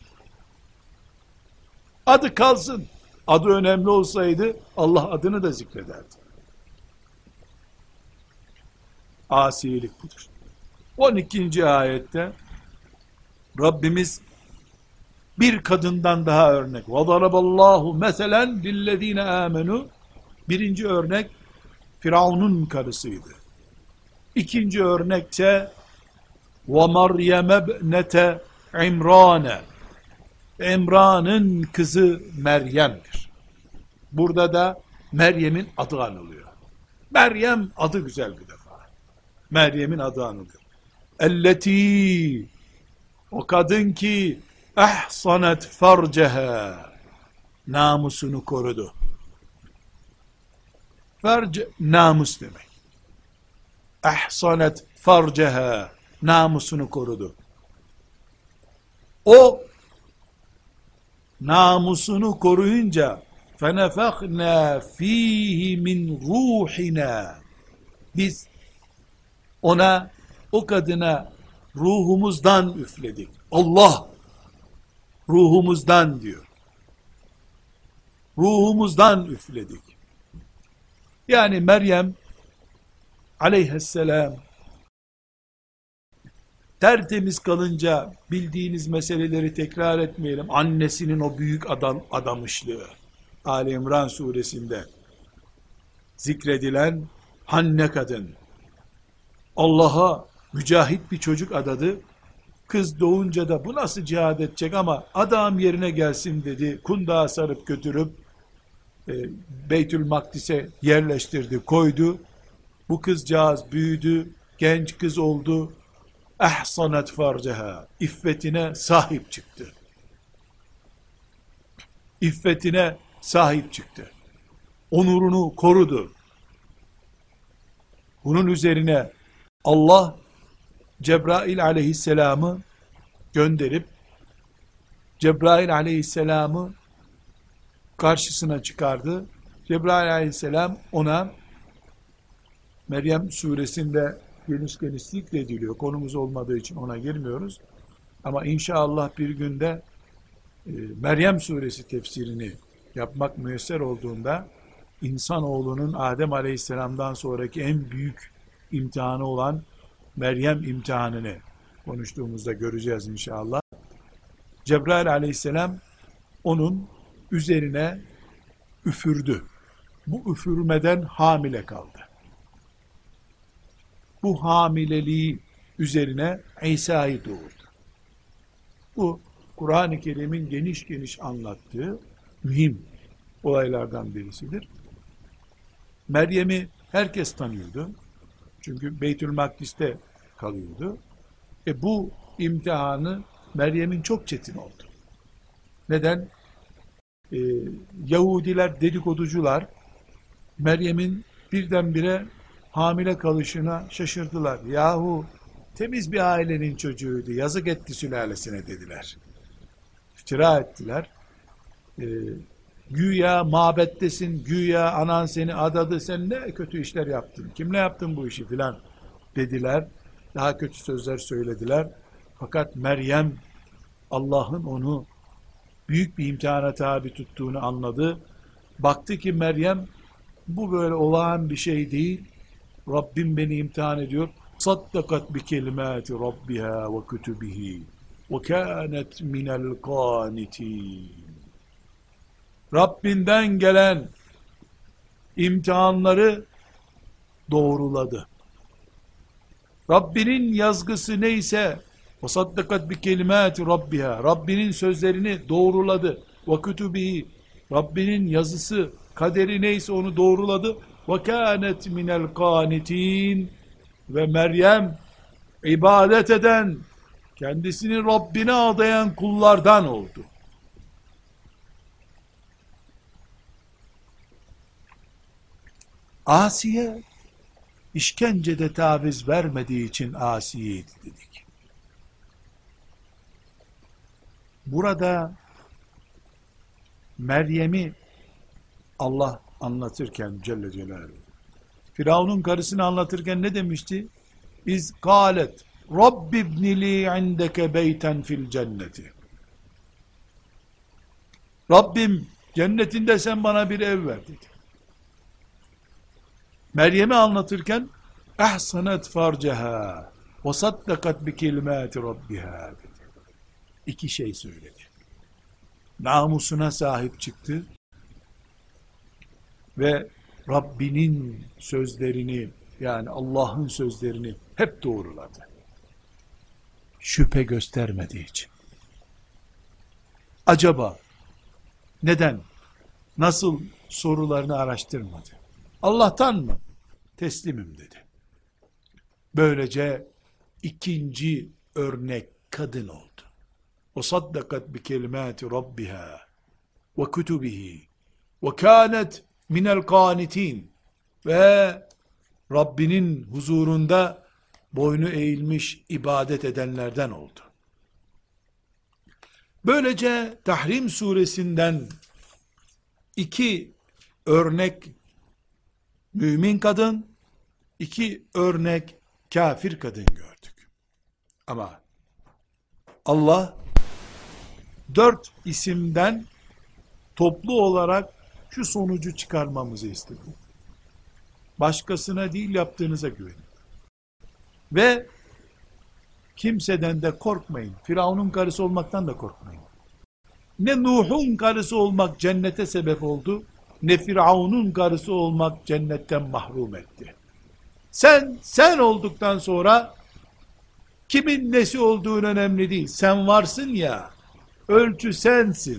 Adı kalsın. Adı önemli olsaydı Allah adını da zikrederdi. Asiyelik budur. 12. ayette Rabbimiz bir kadından daha örnek. وَضَرَبَ اللّٰهُ مَثَلًا لِلَّذ۪ينَ آمَنُوا. Birinci örnek Firavun'un karısıydı. İkinci örnekse وَمَرْيَمَ ابْنَةَ عِمْرَانَ. İmran'ın kızı Meryem'dir. Burada da Meryem'in adı anılıyor. Meryem adı güzel bir defa. Meryem'in adı anılıyor. Elleti, o kadın ki ahsanat farceha, namusunu korudu. Farc, namus demek. Ahsanat farceha, namusunu korudu. O namusunu koruyunca فَنَفَخْنَا ف۪يهِ مِنْ رُوحِنَا. Biz ona, o kadına ruhumuzdan üfledik. Allah ruhumuzdan diyor. Ruhumuzdan üfledik. Yani Meryem aleyhisselam tertemiz kalınca, bildiğiniz meseleleri tekrar etmeyelim. Annesinin o büyük adamışlığı, Ali İmran suresinde zikredilen Hanne kadın, Allah'a mücahit bir çocuk adadı. Kız doğunca da bu nasıl cihad edecek ama adam yerine gelsin dedi. Kundağa sarıp götürüp Beytül Makdis'e yerleştirdi, koydu. Bu kızcağız büyüdü, genç kız oldu. Ahsanat farceha, iffetine sahip çıktı. İffetine sahip çıktı. Onurunu korudu. Bunun üzerine Allah Cebrail aleyhisselamı gönderip Cebrail aleyhisselamı karşısına çıkardı. Cebrail aleyhisselam ona Meryem suresinde geniş geniş zikrediliyor. Konumuz olmadığı için ona girmiyoruz. Ama inşallah bir günde Meryem suresi tefsirini yapmak müyesser olduğunda insanoğlunun Adem aleyhisselamdan sonraki en büyük imtihanı olan Meryem imtihanını konuştuğumuzda göreceğiz inşallah. Cebrail aleyhisselam onun üzerine üfürdü. Bu üfürmeden hamile kaldı. Bu hamileliği üzerine İsa'yı doğurdu. Bu Kur'an-ı Kerim'in geniş geniş anlattığı mühim olaylardan birisidir. Meryem'i herkes tanıyordu. Çünkü Beytül Makdis'te kalıyordu. Bu imtihanı Meryem'in çok çetin oldu. Neden? Yahudiler, dedikoducular Meryem'in birdenbire hamile kalışına şaşırdılar. Yahu temiz bir ailenin çocuğuydu. Yazık etti sülalesine dediler. İftira ettiler. Güya mabettesin, güya anan seni adadı, sen ne kötü işler yaptın, kimle yaptın bu işi filan dediler. Daha kötü sözler söylediler. Fakat Meryem Allah'ın onu büyük bir imtihana tabi tuttuğunu anladı. Baktı ki Meryem bu böyle olağan bir şey değil. Rabbim beni imtihan ediyor. Saddakat bi kelimati rabbiha ve kutubihi ve kânet minel qânitin. Rabbinden gelen imtihanları doğruladı. Rabbinin yazgısı neyse ve saddakat bi kelimati rabbiha, Rabbinin sözlerini doğruladı. Ve kutubihi, Rabbinin yazısı, kaderi neyse onu doğruladı. Ve kânet minel qânitin, ve Meryem ibadet eden, kendisini Rabbine adayan kullardan oldu. Asiye işkencede taviz vermediği için Asiye'ydi dedik. Burada Meryem'i Allah anlatırken Celle Celaluhu, Firavun'un karısını anlatırken ne demişti? İz kâlet Rabbi ibnili indeke beyten fil cenneti. Rabbim cennetinde sen bana bir ev ver dedi. Meryem'i anlatırken ahsanat farceha, ve saddakat bi kelimati rabbiha dedi. İki şey söyledi. Namusuna sahip çıktı ve Rabbinin sözlerini, yani Allah'ın sözlerini hep doğruladı. Şüphe göstermediği için. Acaba neden, nasıl sorularını araştırmadı? Allah'tan mı? Teslimim dedi. Böylece ikinci örnek kadın oldu. O saddakat bi kelimati rabbiha ve kutubihi ve kânet minel kânitin ve Rabbinin huzurunda boynu eğilmiş ibadet edenlerden oldu. Böylece Tahrim suresinden iki örnek mümin kadın, iki örnek kafir kadın gördük. Ama Allah 4 isimden toplu olarak şu sonucu çıkarmamızı istedi. Başkasına değil, yaptığınıza güvenin. Ve kimseden de korkmayın. Firavun'un karısı olmaktan da korkmayın. Ne Nuh'un karısı olmak cennete sebep oldu, ne Firavun'un karısı olmak cennetten mahrum etti. Sen olduktan sonra kimin nesi olduğun önemli değil. Sen varsın ya, ölçü sensin.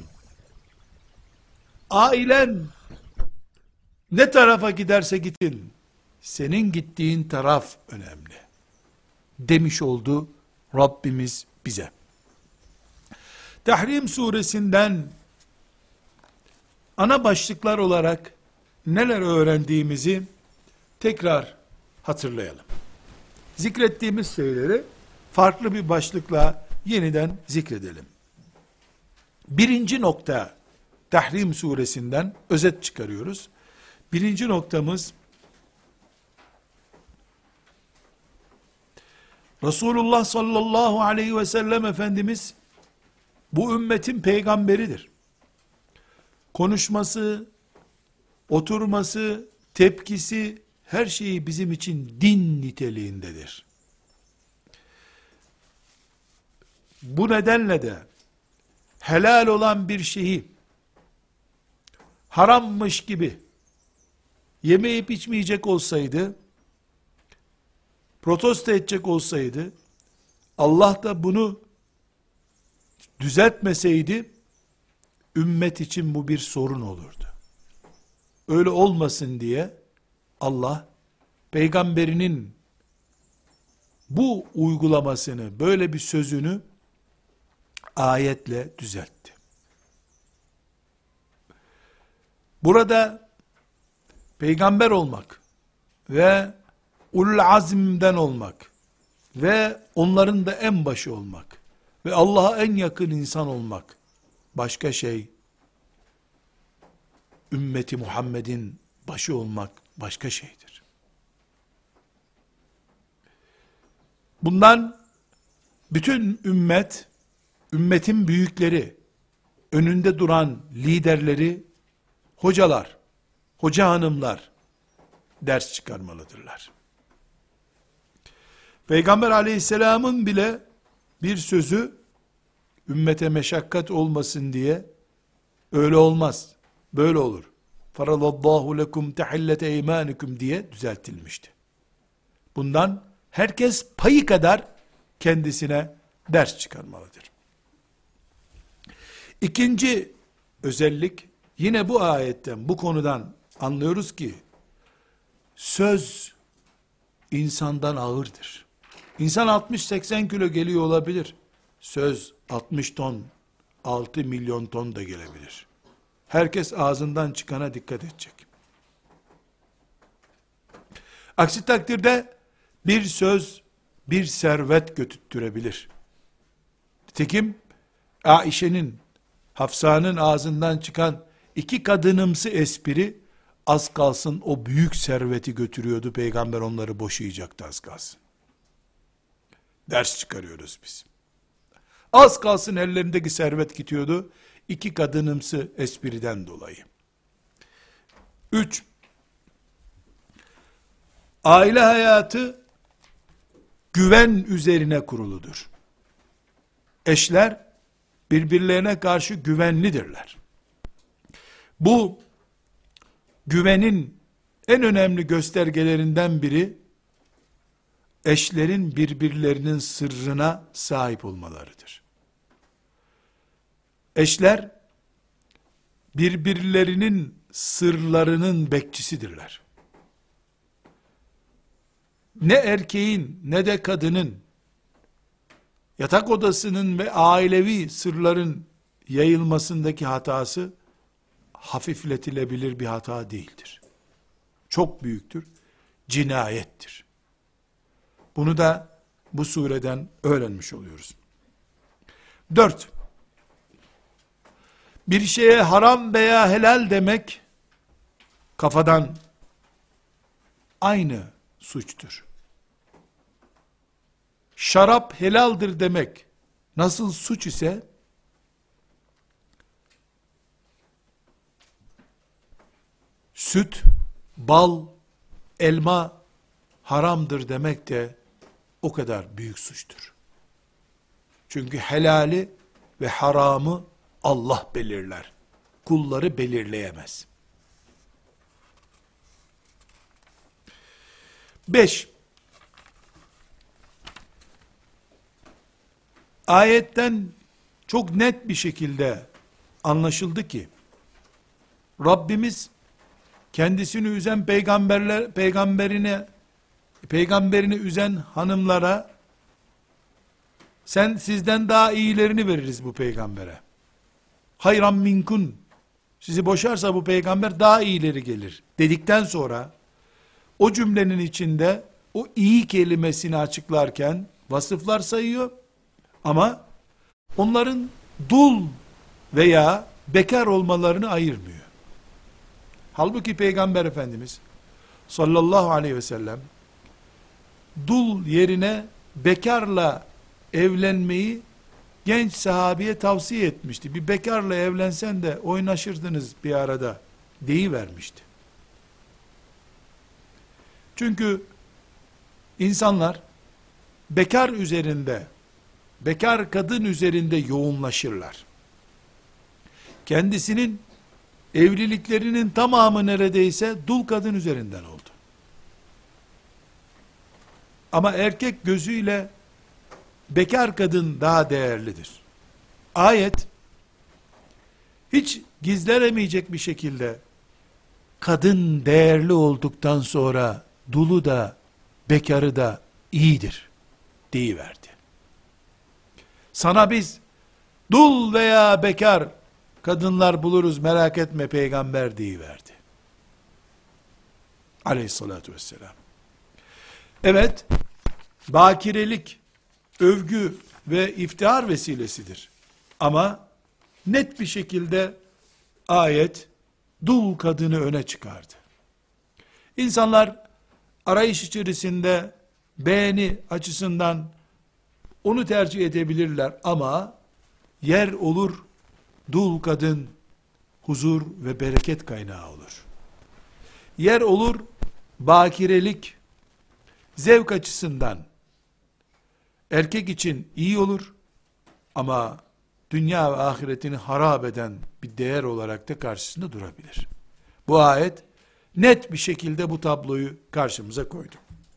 Ailen ne tarafa giderse gidin, senin gittiğin taraf önemli demiş oldu Rabbimiz bize. Tahrim suresinden ana başlıklar olarak neler öğrendiğimizi tekrar hatırlayalım. Zikrettiğimiz şeyleri farklı bir başlıkla yeniden zikredelim. Birinci nokta, Tahrim suresinden özet çıkarıyoruz. Birinci noktamız, Resulullah sallallahu aleyhi ve sellem Efendimiz bu ümmetin peygamberidir. Konuşması, oturması, tepkisi, her şeyi bizim için din niteliğindedir. Bu nedenle de helal olan bir şeyi harammış gibi yemeyip içmeyecek olsaydı, protesto edecek olsaydı, Allah da bunu düzeltmeseydi, ümmet için bu bir sorun olurdu. Öyle olmasın diye Allah peygamberinin bu uygulamasını, böyle bir sözünü ayetle düzeltti. Burada peygamber olmak ve ulul azimden olmak ve onların da en başı olmak ve Allah'a en yakın insan olmak başka şey, ümmeti Muhammed'in başı olmak başka şeydir. Bundan bütün ümmet, ümmetin büyükleri, önünde duran liderleri, hocalar, hoca hanımlar ders çıkarmalıdırlar. Peygamber aleyhisselamın bile bir sözü ümmete meşakkat olmasın diye, öyle olmaz, böyle olur. Faradallahu lekum tahillete eymanikum diye düzeltilmişti. Bundan herkes payı kadar kendisine ders çıkarmalıdır. İkinci özellik, yine bu ayetten, bu konudan anlıyoruz ki, söz insandan ağırdır. İnsan 60-80 kilo geliyor olabilir. Söz 60 ton, 6 milyon ton da gelebilir. Herkes ağzından çıkana dikkat edecek. Aksi takdirde bir söz bir servet götüttürebilir. Nitekim Aişe'nin, Hafsa'nın ağzından çıkan iki kadınımsı espri az kalsın o büyük serveti götürüyordu. Peygamber onları boşayacaktı az kalsın. Ders çıkarıyoruz biz. Az kalsın ellerindeki servet gidiyordu. İki kadınımsı espriden dolayı. 3. Aile hayatı güven üzerine kuruludur. Eşler birbirlerine karşı güvenlidirler. Bu güvenin en önemli göstergelerinden biri, eşlerin birbirlerinin sırrına sahip olmalarıdır. Eşler birbirlerinin sırlarının bekçisidirler. Ne erkeğin ne de kadının yatak odasının ve ailevi sırların yayılmasındaki hatası hafifletilebilir bir hata değildir. Çok büyüktür. Cinayettir. Bunu da bu sureden öğrenmiş oluyoruz. 4. Bir şeye haram veya helal demek kafadan aynı suçtur. Şarap helaldir demek nasıl suç ise, süt, bal, elma haramdır demek de o kadar büyük suçtur. Çünkü helali ve haramı Allah belirler. Kulları belirleyemez. 5. Ayetten çok net bir şekilde anlaşıldı ki, Rabbimiz kendisini üzen peygamberini üzen hanımlara, sizden daha iyilerini veririz bu peygambere. Hayran minkun, sizi boşarsa bu peygamber daha iyileri gelir dedikten sonra, o cümlenin içinde o iyi kelimesini açıklarken vasıflar sayıyor ama onların dul veya bekar olmalarını ayırmıyor. Halbuki Peygamber Efendimiz sallallahu aleyhi ve sellem dul yerine bekarla evlenmeyi genç sahabeye tavsiye etmişti. Bir bekarla evlensen de oynaşırdınız bir arada deyivermişti. Çünkü insanlar bekar üzerinde, bekar kadın üzerinde yoğunlaşırlar. Kendisinin evliliklerinin tamamı neredeyse dul kadın üzerinden oldu. Ama erkek gözüyle bekar kadın daha değerlidir. Ayet hiç gizlenemeyecek bir şekilde kadın değerli olduktan sonra dulu da bekarı da iyidir deyiverdi. Sana biz dul veya bekar kadınlar buluruz merak etme peygamber deyiverdi. Aleyhissalatü vesselam. Evet, bakirelik, övgü ve iftihar vesilesidir. Ama net bir şekilde ayet dul kadını öne çıkardı. İnsanlar arayış içerisinde beğeni açısından onu tercih edebilirler ama yer olur, dul kadın huzur ve bereket kaynağı olur. Yer olur, bakirelik zevk açısından erkek için iyi olur ama dünya ve ahiretini harap eden bir değer olarak da karşısında durabilir. Bu ayet net bir şekilde bu tabloyu karşımıza koydu.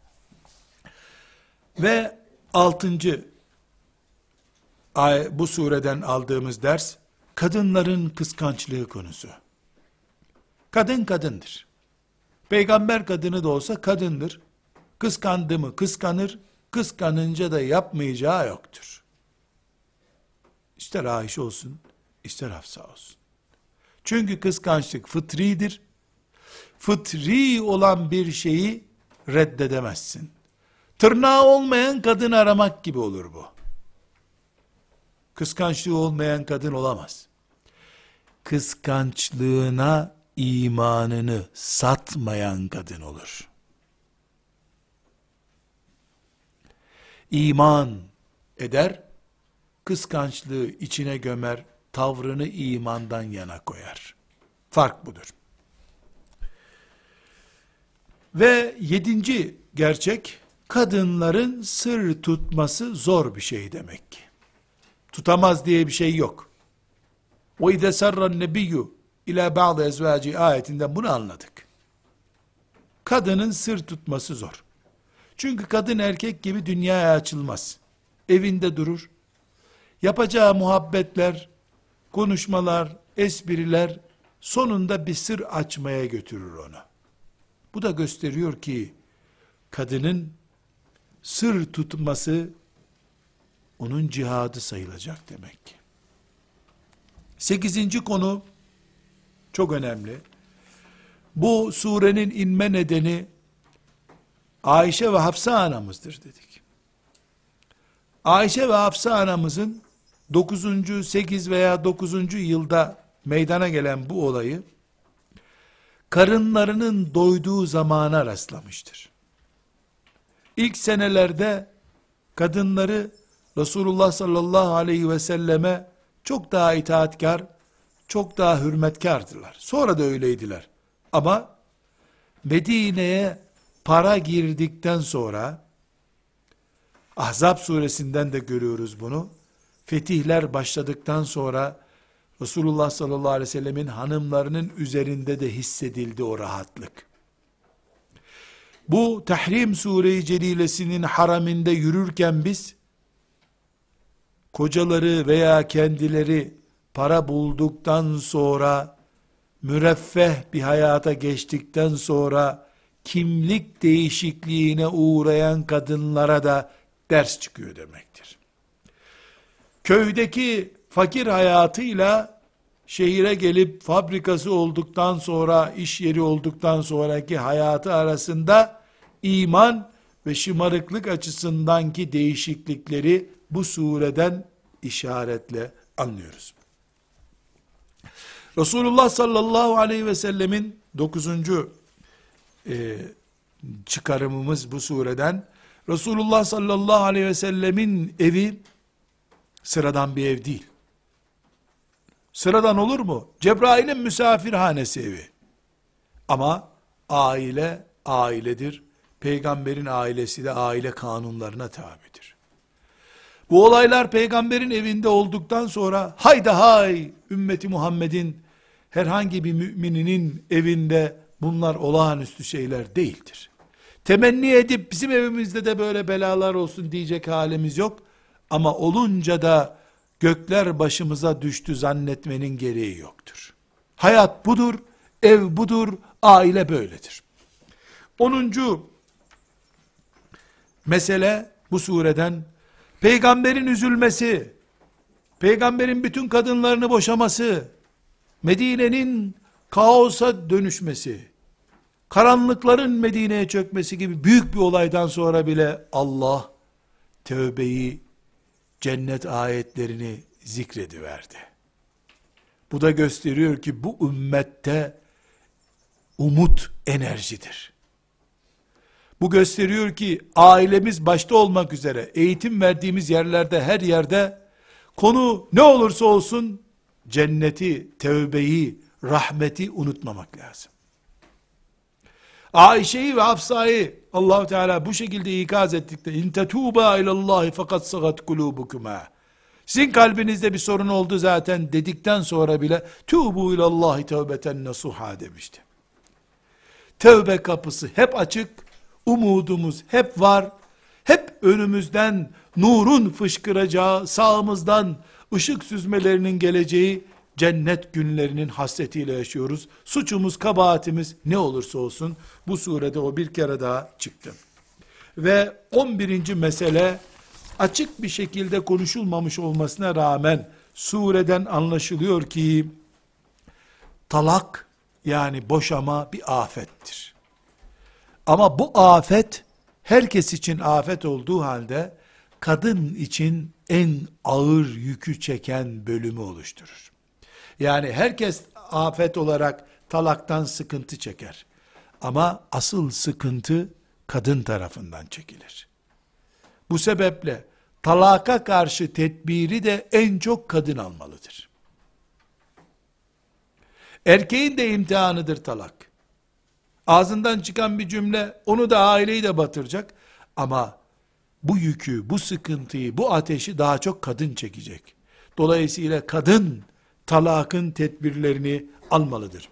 Ve 6. bu sureden aldığımız ders, kadınların kıskançlığı konusu. Kadın kadındır. Peygamber kadını da olsa kadındır. Kıskandı mı kıskanır, kıskanınca da yapmayacağı yoktur. İster Ayşe olsun, ister Hafsa olsun. Çünkü kıskançlık fıtridir. Fıtri olan bir şeyi reddedemezsin. Tırnağı olmayan kadın aramak gibi olur bu. Kıskançlığı olmayan kadın olamaz. Kıskançlığına imanını satmayan kadın olur. İman eder, kıskançlığı içine gömer, tavrını imandan yana koyar. Fark budur. Ve 7. gerçek, kadınların sır tutması zor bir şey demek ki. Tutamaz diye bir şey yok. وَاِذَا سَرَّ النَّبِيُّ اِلَى بَعْضِ اَزْوَاجِ ayetinden bunu anladık. Kadının sır tutması zor. Çünkü kadın erkek gibi dünyaya açılmaz. Evinde durur. Yapacağı muhabbetler, konuşmalar, espriler sonunda bir sır açmaya götürür onu. Bu da gösteriyor ki kadının sır tutması onun cihadı sayılacak demek ki. 8. konu çok önemli. Bu surenin inme nedeni Ayşe ve Hafsa anamızdır dedik. Ayşe ve Hafsa anamızın 9. 8 veya 9. yılda meydana gelen bu olayı karınlarının doyduğu zamana rastlamıştır. İlk senelerde kadınları Resulullah sallallahu aleyhi ve selleme çok daha itaatkar, çok daha hürmetkardılar. Sonra da öyleydiler. Ama Medine'ye para girdikten sonra, Ahzab suresinden de görüyoruz bunu, fetihler başladıktan sonra, Resulullah sallallahu aleyhi ve sellemin hanımlarının üzerinde de hissedildi o rahatlık. Bu Tahrim Sure-i Celilesinin haraminde yürürken biz, kocaları veya kendileri para bulduktan sonra, müreffeh bir hayata geçtikten sonra, kimlik değişikliğine uğrayan kadınlara da ders çıkıyor demektir. Köydeki fakir hayatıyla, şehire gelip fabrikası olduktan sonra, iş yeri olduktan sonraki hayatı arasında, iman ve şımarıklık açısındanki değişiklikleri bu sureden işaretle anlıyoruz. Resulullah sallallahu aleyhi ve sellemin 9. Çıkarımımız bu sureden, Resulullah sallallahu aleyhi ve sellemin evi sıradan bir ev değil. Sıradan olur mu? Cebrail'in misafirhanesi evi. Ama aile ailedir. Peygamberin ailesi de aile kanunlarına tabidir. Bu olaylar peygamberin evinde olduktan sonra hayda hay ümmeti Muhammed'in herhangi bir mümininin evinde bunlar olağanüstü şeyler değildir. Temenni edip bizim evimizde de böyle belalar olsun diyecek halimiz yok. Ama olunca da gökler başımıza düştü zannetmenin gereği yoktur. Hayat budur, ev budur, aile böyledir. 10. mesele bu sureden peygamberin üzülmesi, peygamberin bütün kadınlarını boşaması, Medine'nin kaosa dönüşmesi, karanlıkların Medine'ye çökmesi gibi büyük bir olaydan sonra bile Allah tövbeyi, cennet ayetlerini zikrediverdi. Bu da gösteriyor ki bu ümmette umut enerjidir. Bu gösteriyor ki ailemiz başta olmak üzere eğitim verdiğimiz yerlerde, her yerde konu ne olursa olsun cenneti, tevbeyi, rahmeti unutmamak lazım. Ayşe'yi ve Hafsa'yı Allah-u Teala bu şekilde ikaz ettikte in tetuba ilallahi fakat sagat kulubukuma. Sizin kalbinizde bir sorun oldu zaten dedikten sonra bile tubu ilallahi tevbeten nasuha demişti. Tevbe kapısı hep açık, umudumuz hep var. Hep önümüzden nurun fışkıracağı, sağımızdan ışık süzmelerinin geleceği cennet günlerinin hasretiyle yaşıyoruz. Suçumuz, kabahatimiz ne olursa olsun bu surede o bir kere daha çıktı. Ve 11. mesele açık bir şekilde konuşulmamış olmasına rağmen sureden anlaşılıyor ki talak yani boşama bir afettir. Ama bu afet herkes için afet olduğu halde kadın için en ağır yükü çeken bölümü oluşturur. Yani herkes afet olarak talaktan sıkıntı çeker. Ama asıl sıkıntı kadın tarafından çekilir. Bu sebeple talaka karşı tedbiri de en çok kadın almalıdır. Erkeğin de imtihanıdır talak. Ağzından çıkan bir cümle onu da aileyi de batıracak. Ama bu yükü, bu sıkıntıyı, bu ateşi daha çok kadın çekecek. Dolayısıyla kadın talakın tedbirlerini almalıdır.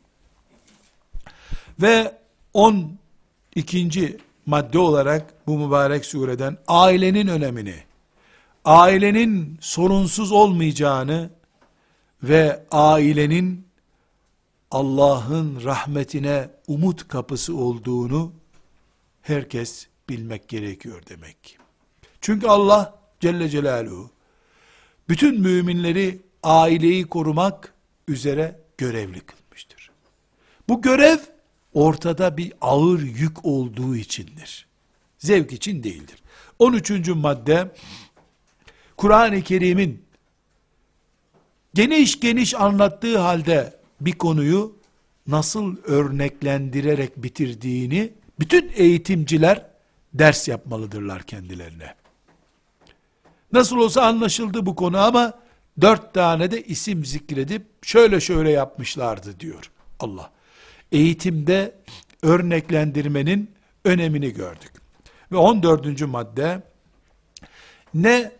Ve 12. madde olarak bu mübarek sureden ailenin önemini, ailenin sorunsuz olmayacağını ve ailenin Allah'ın rahmetine umut kapısı olduğunu herkes bilmek gerekiyor demek ki. Çünkü Allah Celle Celaluhu bütün müminleri aileyi korumak üzere görevli kılmıştır. Bu görev ortada bir ağır yük olduğu içindir. Zevk için değildir. 13. madde, Kur'an-ı Kerim'in geniş geniş anlattığı halde bir konuyu nasıl örneklendirerek bitirdiğini bütün eğitimciler ders yapmalıdırlar kendilerine. Nasıl olsa anlaşıldı bu konu ama 4 tane de isim zikredip şöyle şöyle yapmışlardı diyor Allah. Eğitimde örneklendirmenin önemini gördük. Ve 14. madde, ne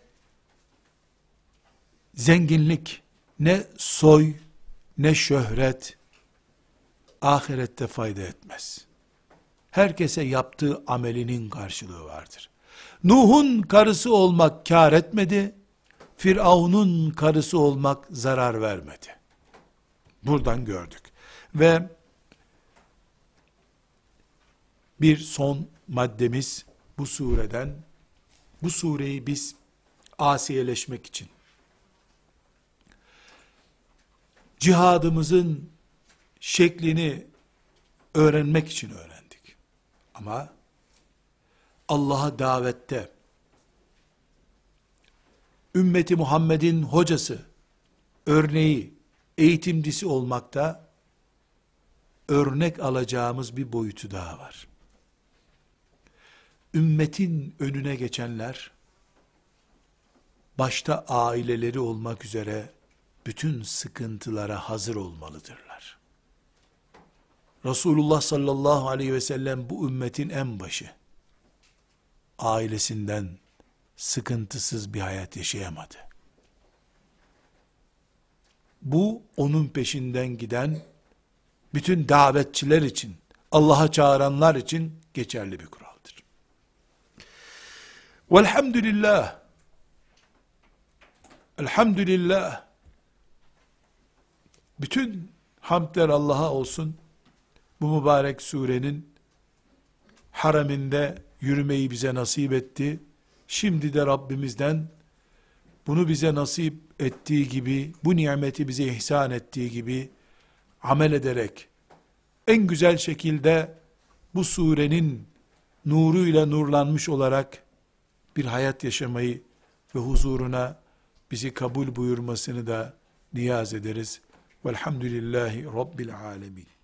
zenginlik, ne soy, ne şöhret ahirette fayda etmez. Herkese yaptığı amelinin karşılığı vardır. Nuh'un karısı olmak kâr etmedi, Firavun'un karısı olmak zarar vermedi. Buradan gördük. Ve bir son maddemiz bu sureden, bu sureyi biz asiyeleşmek için, cihadımızın şeklini öğrenmek için öğrendik. Ama Allah'a davette, ümmeti Muhammed'in hocası, örneği, eğitimcisi olmakta, örnek alacağımız bir boyutu daha var. Ümmetin önüne geçenler, başta aileleri olmak üzere, bütün sıkıntılara hazır olmalıdırlar. Resulullah sallallahu aleyhi ve sellem bu ümmetin en başı. Ailesinden sıkıntısız bir hayat yaşayamadı. Bu onun peşinden giden bütün davetçiler için, Allah'a çağıranlar için geçerli bir kuraldır. Velhamdülillah. Elhamdülillah. Bütün hamdler Allah'a olsun. Bu mübarek surenin hareminde yürümeyi bize nasip etti. Şimdi de Rabbimizden bunu bize nasip ettiği gibi, bu nimeti bize ihsan ettiği gibi amel ederek en güzel şekilde bu surenin nuruyla nurlanmış olarak bir hayat yaşamayı ve huzuruna bizi kabul buyurmasını da niyaz ederiz. Velhamdülillahi Rabbil alemin.